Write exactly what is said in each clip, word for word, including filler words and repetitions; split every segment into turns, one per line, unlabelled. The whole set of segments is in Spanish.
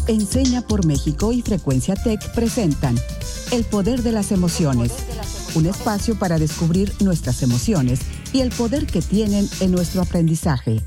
Enseña por México y Frecuencia Tech presentan El Poder de las Emociones, un espacio para descubrir nuestras emociones y el poder que tienen en nuestro aprendizaje.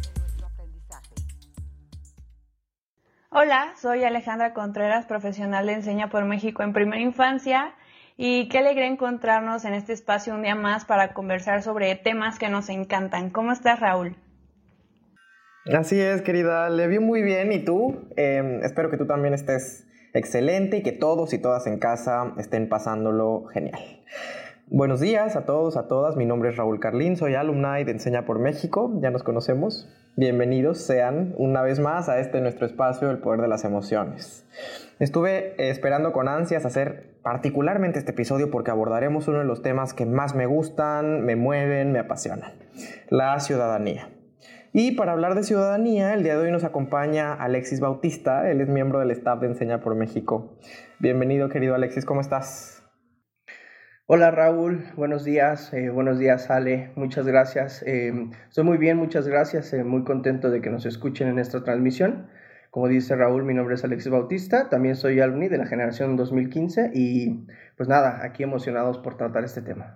Hola, soy Alejandra Contreras, profesional de Enseña por México en Primera Infancia, y qué alegría encontrarnos en este espacio un día más para conversar sobre temas que nos encantan. ¿Cómo estás, Raúl?
Así es, querida, le vi muy bien. ¿Y tú? Eh, espero que tú también estés excelente y que todos y todas en casa estén pasándolo genial. Buenos días a todos, a todas. Mi nombre es Raúl Carlín, soy alumni de Enseña por México. Ya nos conocemos. Bienvenidos sean una vez más a este nuestro espacio, El Poder de las Emociones. Estuve esperando con ansias hacer particularmente este episodio porque abordaremos uno de los temas que más me gustan, me mueven, me apasionan: la ciudadanía. Y para hablar de ciudadanía, el día de hoy nos acompaña Alexis Bautista. Él es miembro del staff de Enseña por México. Bienvenido, querido Alexis, ¿cómo estás?
Hola, Raúl, buenos días, eh, buenos días, Ale, muchas gracias. Eh, estoy muy bien, muchas gracias, eh, muy contento de que nos escuchen en esta transmisión. Como dice Raúl, mi nombre es Alexis Bautista, también soy alumni de la generación dos mil quince y pues nada, aquí emocionados por tratar este tema.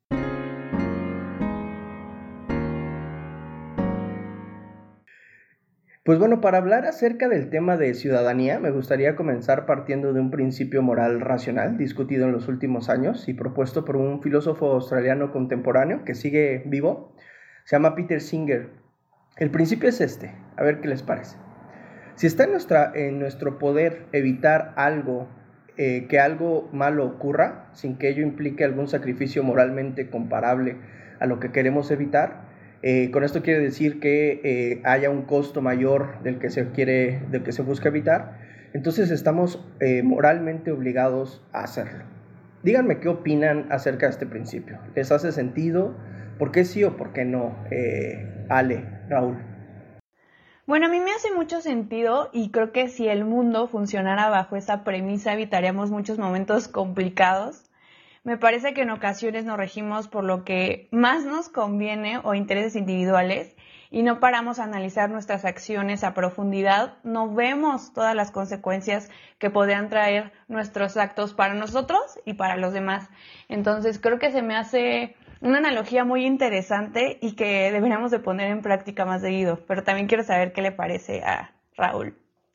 Pues bueno, para hablar acerca del tema de ciudadanía, me gustaría comenzar partiendo de un principio moral racional discutido en los últimos años y propuesto por un filósofo australiano contemporáneo que sigue vivo. Se llama Peter Singer. El principio es este, a ver qué les parece. Si está en, nuestra, en nuestro poder evitar algo, eh, que algo malo ocurra, sin que ello implique algún sacrificio moralmente comparable a lo que queremos evitar, Eh, con esto quiere decir que eh, haya un costo mayor del que se quiere, del que se busca evitar, entonces estamos eh, moralmente obligados a hacerlo. Díganme qué opinan acerca de este principio. ¿Les hace sentido? ¿Por qué sí o por qué no? Eh, Ale, Raúl.
Bueno, a mí me hace mucho sentido y creo que si el mundo funcionara bajo esa premisa evitaríamos muchos momentos complicados. Me parece que en ocasiones nos regimos por lo que más nos conviene o intereses individuales y no paramos a analizar nuestras acciones a profundidad, no vemos todas las consecuencias que podrían traer nuestros actos para nosotros y para los demás. Entonces creo que se me hace una analogía muy interesante y que deberíamos de poner en práctica más seguido, pero también quiero saber qué le parece a Raúl.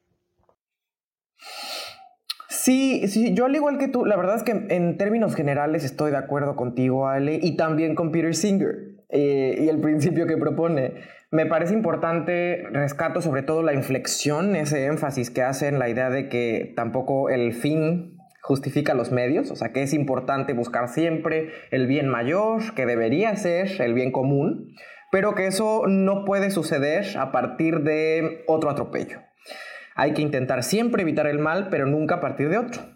Sí, sí, yo al igual que tú, la verdad es que en términos generales estoy de acuerdo contigo, Ale, y también con Peter Singer eh, y el principio que propone. Me parece importante, rescato sobre todo la inflexión, ese énfasis que hace en la idea de que tampoco el fin justifica los medios, o sea que es importante buscar siempre el bien mayor, que debería ser el bien común, pero que eso no puede suceder a partir de otro atropello. Hay que intentar siempre evitar el mal, pero nunca a partir de otro.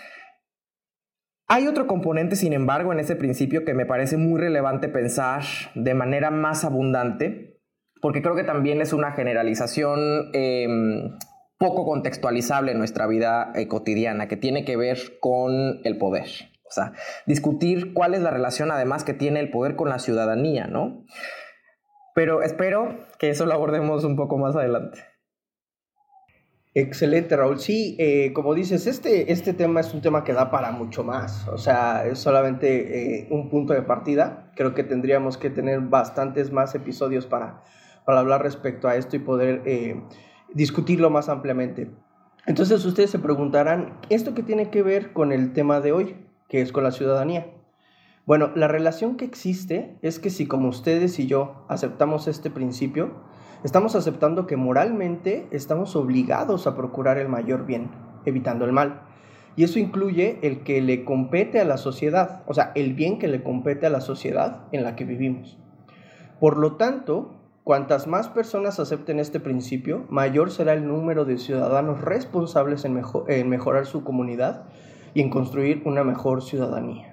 Hay otro componente, sin embargo, en ese principio que me parece muy relevante pensar de manera más abundante, porque creo que también es una generalización eh, poco contextualizable en nuestra vida eh, cotidiana, que tiene que ver con el poder. O sea, discutir cuál es la relación además que tiene el poder con la ciudadanía, ¿no? Pero espero que eso lo abordemos un poco más adelante.
Excelente, Raúl. Sí, eh, como dices, este, este tema es un tema que da para mucho más. O sea, es solamente eh, un punto de partida. Creo que tendríamos que tener bastantes más episodios para, para hablar respecto a esto y poder eh, discutirlo más ampliamente. Entonces, ustedes se preguntarán, ¿esto qué tiene que ver con el tema de hoy, que es con la ciudadanía? Bueno, la relación que existe es que si como ustedes y yo aceptamos este principio, estamos aceptando que moralmente estamos obligados a procurar el mayor bien, evitando el mal. Y eso incluye el que le compete a la sociedad, o sea, el bien que le compete a la sociedad en la que vivimos. Por lo tanto, cuantas más personas acepten este principio, mayor será el número de ciudadanos responsables en, mejor, en mejorar su comunidad y en construir una mejor ciudadanía.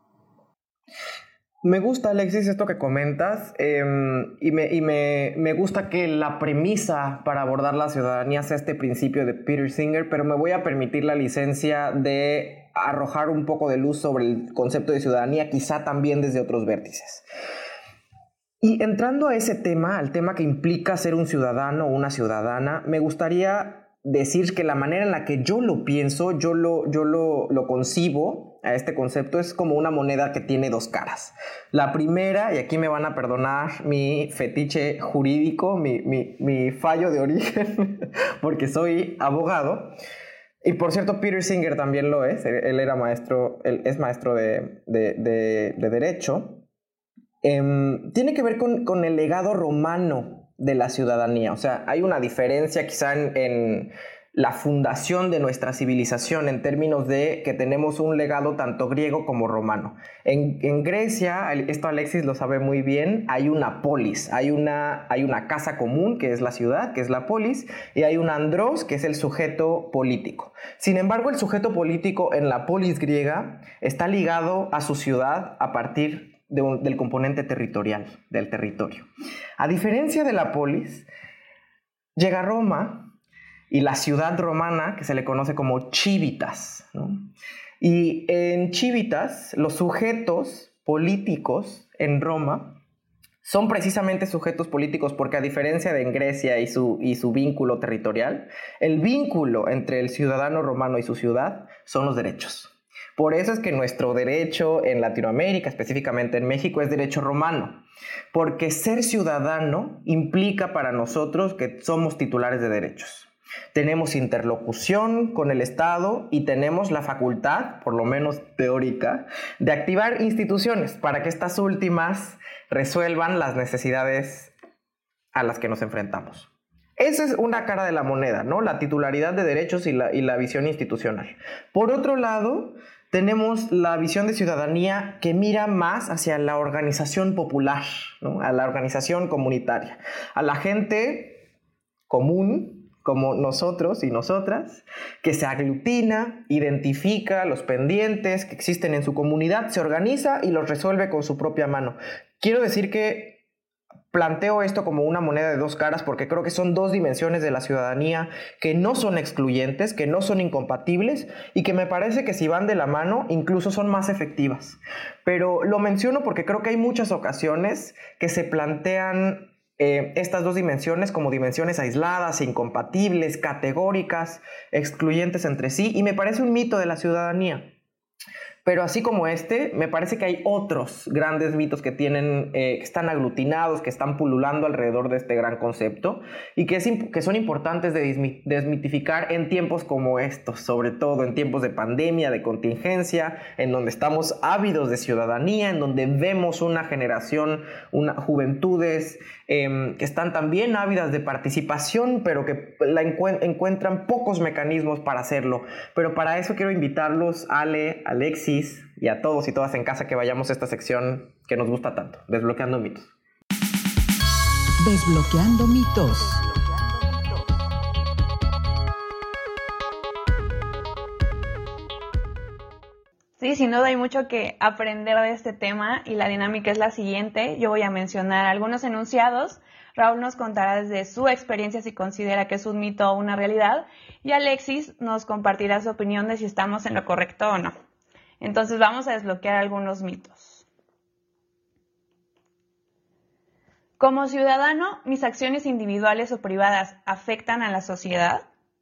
Me gusta, Alexis, esto que comentas eh, y, me, y me, me gusta que la premisa para abordar la ciudadanía sea este principio de Peter Singer, pero me voy a permitir la licencia de arrojar un poco de luz sobre el concepto de ciudadanía, quizá también desde otros vértices. Y entrando a ese tema, al tema que implica ser un ciudadano o una ciudadana, me gustaría decir que la manera en la que yo lo pienso, yo lo, yo lo, lo concibo a este concepto, es como una moneda que tiene dos caras. La primera, y aquí me van a perdonar mi fetiche jurídico, mi, mi, mi fallo de origen, porque soy abogado. Y por cierto, Peter Singer también lo es. Él, él era maestro, él es maestro de, de, de, de Derecho. Eh, tiene que ver con, con el legado romano de la ciudadanía. O sea, hay una diferencia quizá en, en la fundación de nuestra civilización en términos de que tenemos un legado tanto griego como romano. En, en Grecia, esto Alexis lo sabe muy bien, hay una polis, hay una, hay una casa común que es la ciudad, que es la polis, y hay un andros, que es el sujeto político. Sin embargo, el sujeto político en la polis griega está ligado a su ciudad a partir de un, del componente territorial, del territorio. A diferencia de la polis, llega Roma, y la ciudad romana, que se le conoce como Civitas, ¿no? Y en Civitas, los sujetos políticos en Roma son precisamente sujetos políticos porque, a diferencia de en Grecia y su, y su vínculo territorial, el vínculo entre el ciudadano romano y su ciudad son los derechos. Por eso es que nuestro derecho en Latinoamérica, específicamente en México, es derecho romano, porque ser ciudadano implica para nosotros que somos titulares de derechos. Tenemos interlocución con el Estado y tenemos la facultad, por lo menos teórica, de activar instituciones para que estas últimas resuelvan las necesidades a las que nos enfrentamos. Esa es una cara de la moneda, ¿no? La titularidad de derechos y la, y la visión institucional. Por otro lado, tenemos la visión de ciudadanía que mira más hacia la organización popular, ¿no? A la organización comunitaria, a la gente común, como nosotros y nosotras, que se aglutina, identifica los pendientes que existen en su comunidad, se organiza y los resuelve con su propia mano. Quiero decir que planteo esto como una moneda de dos caras porque creo que son dos dimensiones de la ciudadanía que no son excluyentes, que no son incompatibles y que me parece que si van de la mano incluso son más efectivas. Pero lo menciono porque creo que hay muchas ocasiones que se plantean Eh, estas dos dimensiones como dimensiones aisladas, incompatibles, categóricas, excluyentes entre sí, y me parece un mito de la ciudadanía. Pero así como este, me parece que hay otros grandes mitos que, tienen, eh, que están aglutinados, que están pululando alrededor de este gran concepto y que, es que son importantes de desmitificar en tiempos como estos, sobre todo en tiempos de pandemia, de contingencia, en donde estamos ávidos de ciudadanía, en donde vemos una generación, una, juventudes eh, que están también ávidas de participación, pero que la encu- encuentran pocos mecanismos para hacerlo. Pero para eso quiero invitarlos, Ale, Alexis, y a todos y todas en casa que vayamos a esta sección que nos gusta tanto, Desbloqueando mitos.
Desbloqueando mitos.
Sí, sin duda hay mucho que aprender de este tema y la dinámica es la siguiente. Yo voy a mencionar algunos enunciados. Raúl nos contará desde su experiencia si considera que es un mito o una realidad y Alexis nos compartirá su opinión de si estamos en lo correcto o no. Entonces vamos a desbloquear algunos mitos. Como ciudadano, ¿mis acciones individuales o privadas afectan a la sociedad?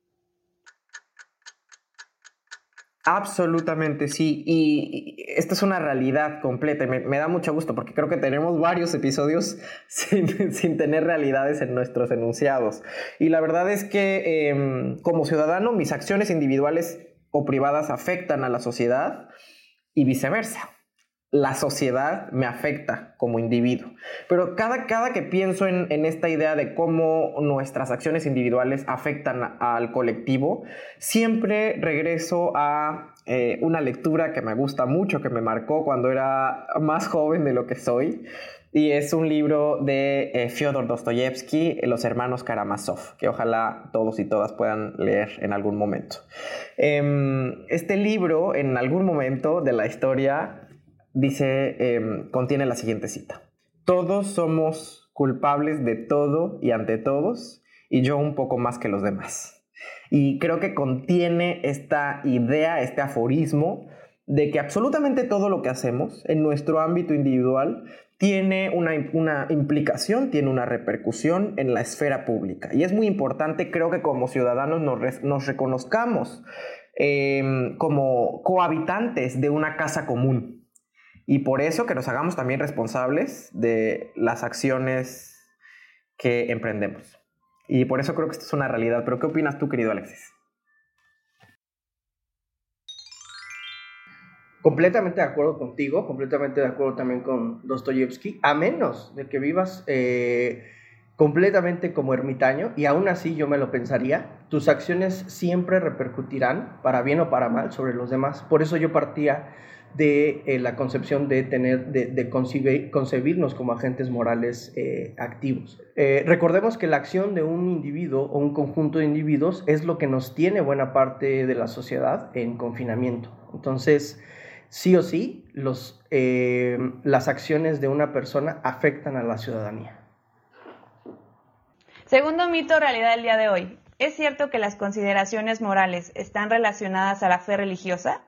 Absolutamente sí, y esta es una realidad completa y me, me da mucho gusto porque creo que tenemos varios episodios sin, sin tener realidades en nuestros enunciados. Y la verdad es que eh, como ciudadano mis acciones individuales o privadas afectan a la sociedad y viceversa. La sociedad me afecta como individuo. Pero cada, cada que pienso en, en esta idea de cómo nuestras acciones individuales afectan a, al colectivo, siempre regreso a eh, una lectura que me gusta mucho, que me marcó cuando era más joven de lo que soy. Y es un libro de eh, Fyodor Dostoyevsky, Los hermanos Karamazov, que ojalá todos y todas puedan leer en algún momento. Eh, este libro, en algún momento de la historia, dice, eh, contiene la siguiente cita. Todos somos culpables de todo y ante todos, y yo un poco más que los demás. Y creo que contiene esta idea, este aforismo, de que absolutamente todo lo que hacemos en nuestro ámbito individual tiene una, una implicación, tiene una repercusión en la esfera pública. Y es muy importante, creo que como ciudadanos nos, re, nos reconozcamos eh, como cohabitantes de una casa común. Y por eso que nos hagamos también responsables de las acciones que emprendemos. Y por eso creo que esto es una realidad. Pero ¿qué opinas tú, querido Alexis?
Completamente de acuerdo contigo, completamente de acuerdo también con Dostoyevsky, a menos de que vivas eh, completamente como ermitaño, y aún así yo me lo pensaría, tus acciones siempre repercutirán, para bien o para mal, sobre los demás. Por eso yo partía de eh, la concepción de, tener, de, de concebir, concebirnos como agentes morales eh, activos. Eh, recordemos que la acción de un individuo o un conjunto de individuos es lo que nos tiene buena parte de la sociedad en confinamiento. Entonces, sí o sí, los, eh, las acciones de una persona afectan a la ciudadanía.
Segundo mito o realidad del día de hoy. ¿Es cierto que las consideraciones morales están relacionadas a la fe religiosa?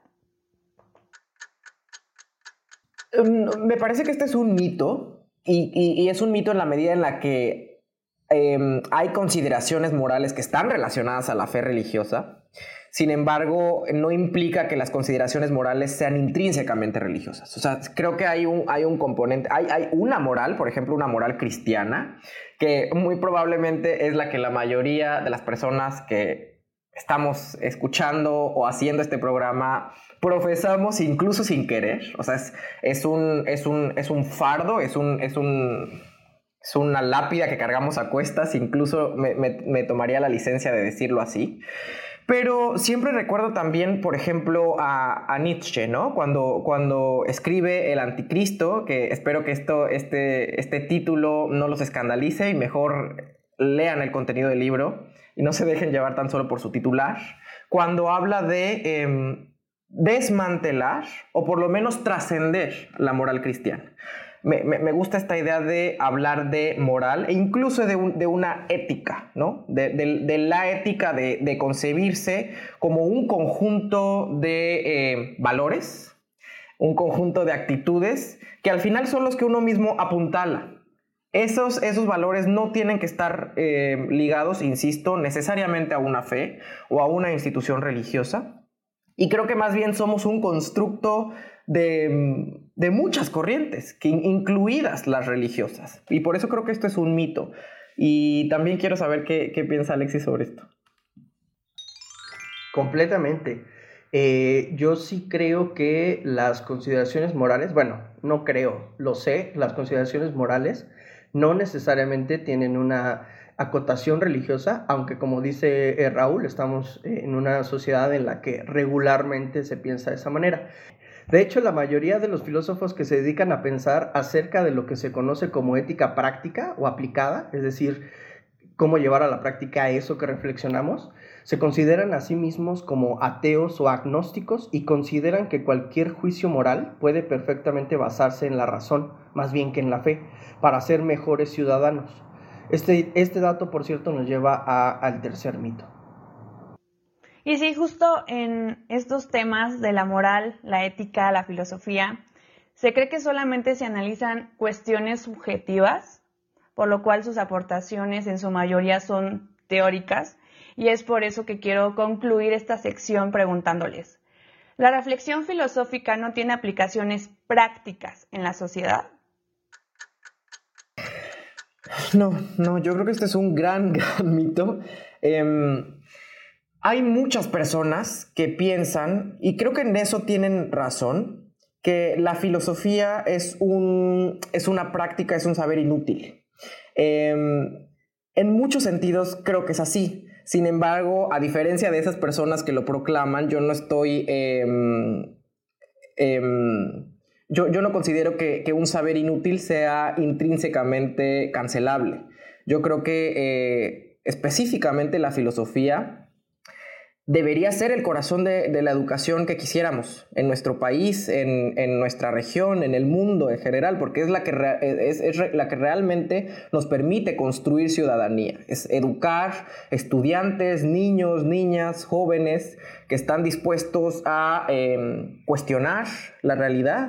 Um, me parece que este es un mito, y, y, y es un mito en la medida en la que eh, hay consideraciones morales que están relacionadas a la fe religiosa. Sin embargo, no implica que las consideraciones morales sean intrínsecamente religiosas. O sea, creo que hay un, hay un componente, hay, hay una moral, por ejemplo, una moral cristiana, que muy probablemente es la que la mayoría de las personas que estamos escuchando o haciendo este programa profesamos incluso sin querer. O sea, es, es, un, es, un, es un fardo, es, un, es, un, es una lápida que cargamos a cuestas, incluso me, me, me tomaría la licencia de decirlo así. Pero siempre recuerdo también, por ejemplo, a, a Nietzsche, ¿no? Cuando, cuando escribe El Anticristo, que espero que esto, este, este título no los escandalice y mejor lean el contenido del libro y no se dejen llevar tan solo por su titular, cuando habla de eh, desmantelar o por lo menos trascender la moral cristiana. Me, me, me gusta esta idea de hablar de moral e incluso de, un, de una ética, ¿no? De, de, de la ética de, de concebirse como un conjunto de eh, valores, un conjunto de actitudes que al final son los que uno mismo apuntala. Esos, esos valores no tienen que estar eh, ligados, insisto, necesariamente a una fe o a una institución religiosa. Y creo que más bien somos un constructo de, de muchas corrientes, que, incluidas las religiosas. Y por eso creo que esto es un mito. Y también quiero saber qué, qué piensa Alexis sobre esto.
Completamente. Eh, yo sí creo que las consideraciones morales, bueno, no creo, lo sé, las consideraciones morales no necesariamente tienen una acotación religiosa, aunque como dice eh, Raúl, estamos eh, en una sociedad en la que regularmente se piensa de esa manera. De hecho, la mayoría de los filósofos que se dedican a pensar acerca de lo que se conoce como ética práctica o aplicada, es decir, cómo llevar a la práctica eso que reflexionamos, se consideran a sí mismos como ateos o agnósticos y consideran que cualquier juicio moral puede perfectamente basarse en la razón, más bien que en la fe, para ser mejores ciudadanos. Este, este dato, por cierto, nos lleva a, al tercer mito.
Y sí, justo en estos temas de la moral, la ética, la filosofía, se cree que solamente se analizan cuestiones subjetivas, por lo cual sus aportaciones en su mayoría son teóricas, y es por eso que quiero concluir esta sección preguntándoles, ¿la reflexión filosófica no tiene aplicaciones prácticas en la sociedad?
No, no, yo creo que este es un gran, gran mito. Eh, hay muchas personas que piensan, y creo que en eso tienen razón, que la filosofía es, un, es una práctica, es un saber inútil. Eh, en muchos sentidos creo que es así. Sin embargo, a diferencia de esas personas que lo proclaman, yo no estoy... Eh, eh, Yo, yo no considero que, que un saber inútil sea intrínsecamente cancelable. Yo creo que eh, específicamente la filosofía debería ser el corazón de, de la educación que quisiéramos en nuestro país, en, en nuestra región, en el mundo en general, porque es la, que re, es, es la que realmente nos permite construir ciudadanía. Es educar estudiantes, niños, niñas, jóvenes que están dispuestos a eh, cuestionar la realidad,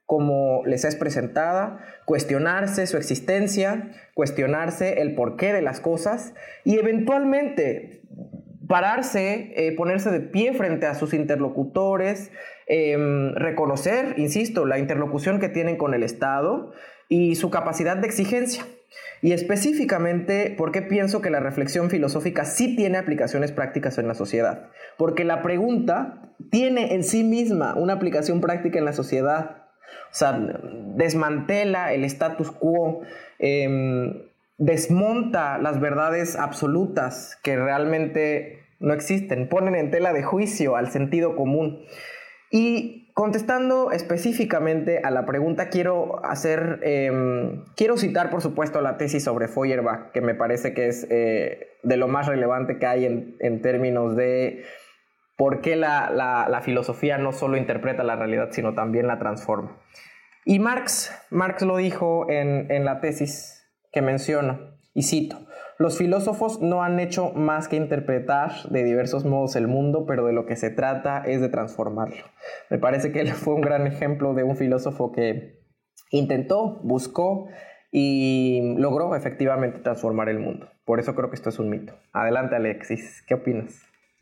como les es presentada, cuestionarse su existencia, cuestionarse el porqué de las cosas y eventualmente pararse, eh, ponerse de pie frente a sus interlocutores, eh, reconocer, insisto, la interlocución que tienen con el Estado y su capacidad de exigencia. Y específicamente, ¿por qué pienso que la reflexión filosófica sí tiene aplicaciones prácticas en la sociedad? Porque la pregunta tiene en sí misma una aplicación práctica en la sociedad. O sea, desmantela el status quo, eh, desmonta las verdades absolutas que realmente no existen, ponen en tela de juicio al sentido común. Y contestando específicamente a la pregunta, quiero hacer, eh, quiero citar por supuesto la tesis sobre Feuerbach, que me parece que es eh, de lo más relevante que hay en, en términos de por qué la, la, la filosofía no solo interpreta la realidad, sino también la transforma. Y Marx, Marx lo dijo en, en la tesis que menciono, y cito: los filósofos no han hecho más que interpretar de diversos modos el mundo, pero de lo que se trata es de transformarlo. Me parece que él fue un gran ejemplo de un filósofo que intentó, buscó y logró efectivamente transformar el mundo. Por eso creo que esto es un mito. Adelante, Alexis, ¿qué opinas?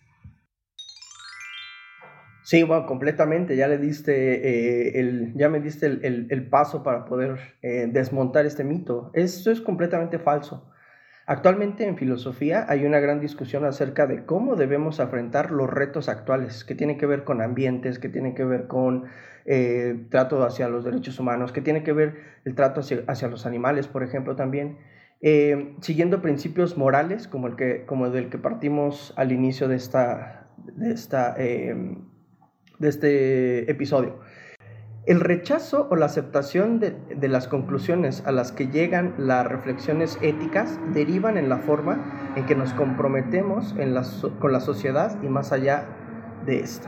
Sí, bueno, completamente. Ya le diste, eh, el, ya me diste el, el, el paso para poder eh, desmontar este mito. Esto es completamente falso. Actualmente en filosofía hay una gran discusión acerca de cómo debemos afrontar los retos actuales, que tienen que ver con ambientes, que tienen que ver con eh, trato hacia los derechos humanos, que tiene que ver el trato hacia, hacia los animales, por ejemplo, también, eh, siguiendo principios morales como el que, como del que partimos al inicio de esta, de esta eh, de este episodio. El rechazo o la aceptación de, de las conclusiones a las que llegan las reflexiones éticas derivan en la forma en que nos comprometemos en la, con la sociedad y más allá de esta.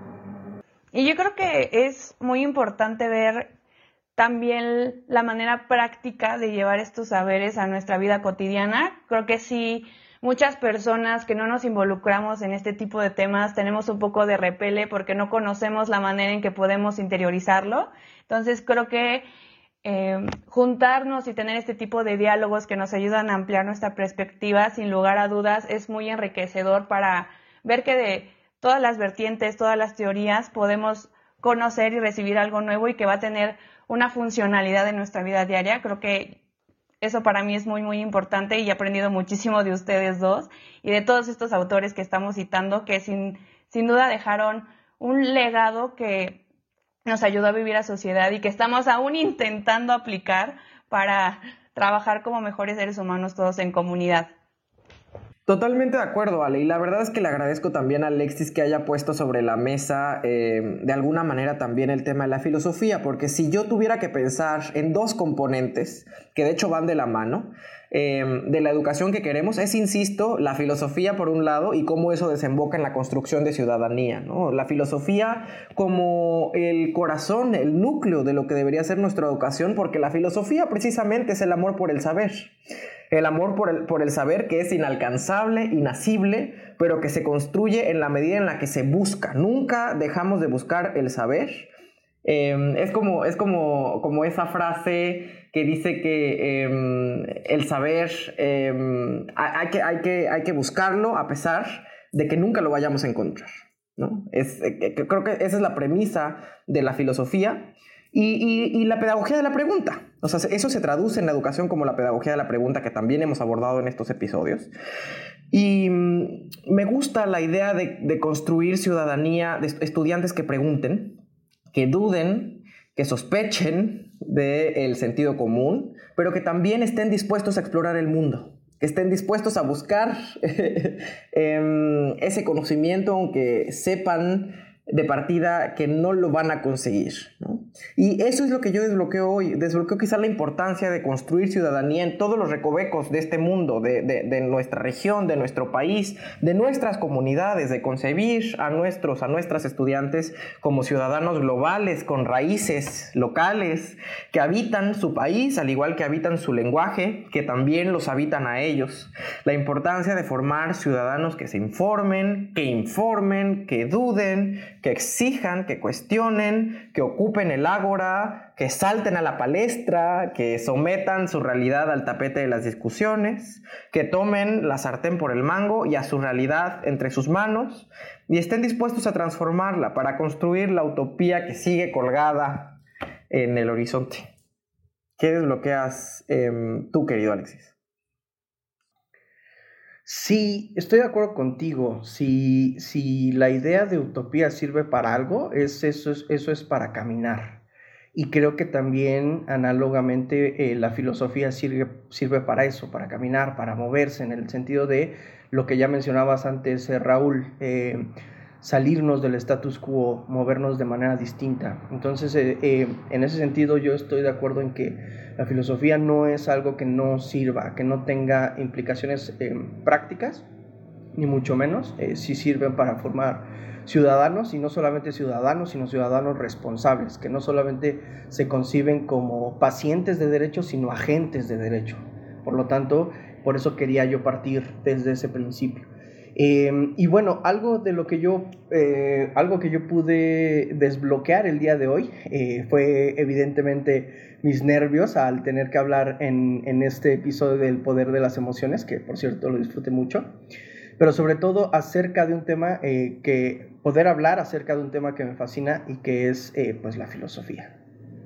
Y yo creo que es muy importante ver también la manera práctica de llevar estos saberes a nuestra vida cotidiana. Creo que sí, muchas personas que no nos involucramos en este tipo de temas tenemos un poco de repele porque no conocemos la manera en que podemos interiorizarlo. Entonces creo que eh, juntarnos y tener este tipo de diálogos que nos ayudan a ampliar nuestra perspectiva, sin lugar a dudas, es muy enriquecedor para ver que de todas las vertientes, todas las teorías, podemos conocer y recibir algo nuevo y que va a tener una funcionalidad en nuestra vida diaria. Creo que eso para mí es muy, muy importante y he aprendido muchísimo de ustedes dos y de todos estos autores que estamos citando, que sin, sin duda dejaron un legado que nos ayudó a vivir a sociedad y que estamos aún intentando aplicar para trabajar como mejores seres humanos todos en comunidad.
Totalmente de acuerdo, Ale, y la verdad es que le agradezco también a Alexis que haya puesto sobre la mesa eh, de alguna manera también el tema de la filosofía, porque si yo tuviera que pensar en dos componentes que de hecho van de la mano eh, de la educación que queremos, es, insisto, la filosofía por un lado y cómo eso desemboca en la construcción de ciudadanía, ¿no? La filosofía como el corazón, el núcleo de lo que debería ser nuestra educación, porque la filosofía precisamente es el amor por el saber. El amor por el, por el saber que es inalcanzable, inacible, pero que se construye en la medida en la que se busca. Nunca dejamos de buscar el saber. Eh, es como, es como, como esa frase que dice que eh, el saber eh, hay, que, hay, que, hay que buscarlo a pesar de que nunca lo vayamos a encontrar, ¿no? Es, eh, creo que esa es la premisa de la filosofía. Y, y, y la pedagogía de la pregunta, o sea, eso se traduce en la educación como la pedagogía de la pregunta, que también hemos abordado en estos episodios. Y mmm, me gusta la idea de, de construir ciudadanía, de estudiantes que pregunten, que duden, que sospechen del sentido común, pero que también estén dispuestos a explorar el mundo, que estén dispuestos a buscar eh, eh, ese conocimiento, aunque sepan de partida que no lo van a conseguir, ¿no? Y eso es lo que yo desbloqueo hoy. Desbloqueo quizá la importancia de construir ciudadanía en todos los recovecos de este mundo, de, de, de nuestra región, de nuestro país, de nuestras comunidades, de concebir a nuestros, a nuestras estudiantes como ciudadanos globales con raíces locales que habitan su país, al igual que habitan su lenguaje, que también los habitan a ellos. La importancia de formar ciudadanos que se informen, que informen, que duden, que exijan, que cuestionen, que ocupen el ágora, que salten a la palestra, que sometan su realidad al tapete de las discusiones, que tomen la sartén por el mango y a su realidad entre sus manos y estén dispuestos a transformarla para construir la utopía que sigue colgada en el horizonte. ¿Qué desbloqueas eh, tú, querido Alexis?
Sí, estoy de acuerdo contigo. Si, si la idea de utopía sirve para algo, es, eso, es, eso es para caminar. Y creo que también análogamente eh, la filosofía sirve, sirve para eso, para caminar, para moverse, en el sentido de lo que ya mencionabas antes, eh, Raúl, eh, salirnos del status quo, movernos de manera distinta. Entonces, eh, eh, en ese sentido yo estoy de acuerdo en que la filosofía no es algo que no sirva, que no tenga implicaciones eh, prácticas, ni mucho menos. Eh, sí sirven para formar ciudadanos, y no solamente ciudadanos, sino ciudadanos responsables, que no solamente se conciben como pacientes de derecho, sino agentes de derecho. Por lo tanto, por eso quería yo partir desde ese principio. Eh, y bueno, algo de lo que yo, eh, algo que yo pude desbloquear el día de hoy eh, fue evidentemente mis nervios al tener que hablar en, en este episodio del Poder de las Emociones, que por cierto lo disfruté mucho, pero sobre todo acerca de un tema eh, que, poder hablar acerca de un tema que me fascina y que es eh, pues la filosofía.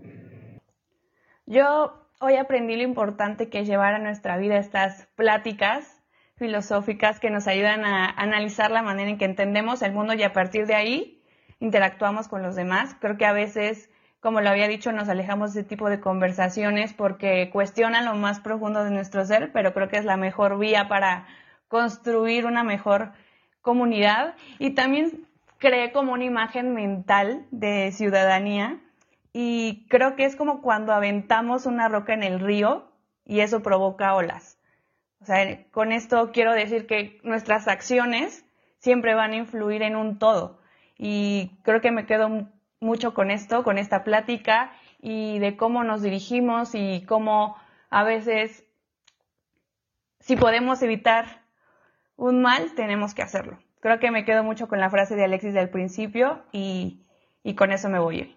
Yo hoy aprendí lo importante que es llevar a nuestra vida estas pláticas filosóficas que nos ayudan a analizar la manera en que entendemos el mundo y a partir de ahí interactuamos con los demás. Creo que a veces, como lo había dicho, nos alejamos de ese tipo de conversaciones porque cuestionan lo más profundo de nuestro ser, pero creo que es la mejor vía para construir una mejor comunidad. Y también creé como una imagen mental de ciudadanía y creo que es como cuando aventamos una roca en el río y eso provoca olas. O sea, con esto quiero decir que nuestras acciones siempre van a influir en un todo. Y creo que me quedo mucho con esto, con esta plática y de cómo nos dirigimos y cómo a veces, si podemos evitar un mal, tenemos que hacerlo. Creo que me quedo mucho con la frase de Alexis del principio y, y con eso me voy hoy.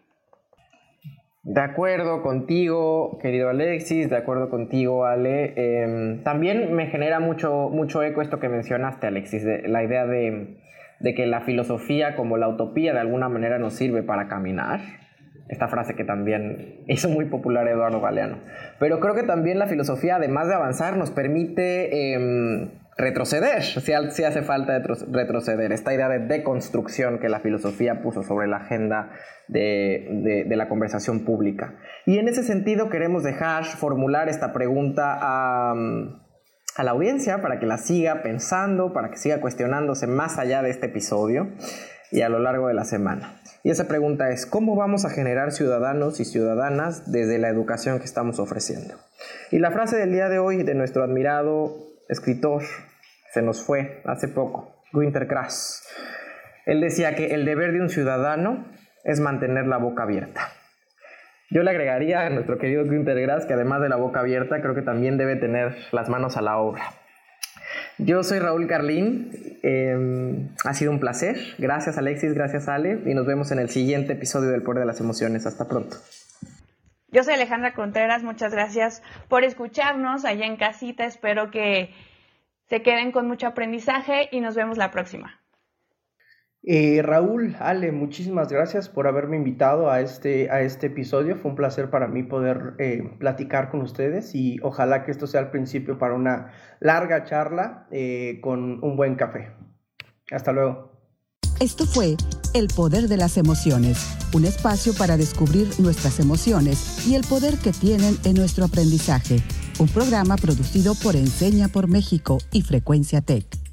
De acuerdo contigo, querido Alexis, de acuerdo contigo, Ale. Eh, también me genera mucho, mucho eco esto que mencionaste, Alexis, de la idea de, de que la filosofía como la utopía de alguna manera nos sirve para caminar. Esta frase que también hizo muy popular Eduardo Galeano. Pero creo que también la filosofía, además de avanzar, nos permite eh, retroceder, si, si hace falta retroceder. Esta idea de deconstrucción que la filosofía puso sobre la agenda de, de, de la conversación pública. Y en ese sentido queremos dejar formular esta pregunta a, a la audiencia para que la siga pensando, para que siga cuestionándose más allá de este episodio y a lo largo de la semana. Y esa pregunta es: ¿cómo vamos a generar ciudadanos y ciudadanas desde la educación que estamos ofreciendo? Y la frase del día de hoy de nuestro admirado escritor, se nos fue hace poco, Günter Grass. Él decía que el deber de un ciudadano es mantener la boca abierta. Yo le agregaría a nuestro querido Günter Grass que además de la boca abierta, creo que también debe tener las manos a la obra. Yo soy Raúl Carlín, eh, ha sido un placer. Gracias Alexis, gracias Ale, y nos vemos en el siguiente episodio del Poder de las Emociones. Hasta pronto.
Yo soy Alejandra Contreras, muchas gracias por escucharnos allá en casita. Espero que se queden con mucho aprendizaje y nos vemos la próxima.
Eh, Raúl, Ale, muchísimas gracias por haberme invitado a este, a este episodio. Fue un placer para mí poder eh, platicar con ustedes y ojalá que esto sea el principio para una larga charla eh, con un buen café. Hasta luego.
Esto fue El Poder de las Emociones, un espacio para descubrir nuestras emociones y el poder que tienen en nuestro aprendizaje. Un programa producido por Enseña por México y Frecuencia Tech.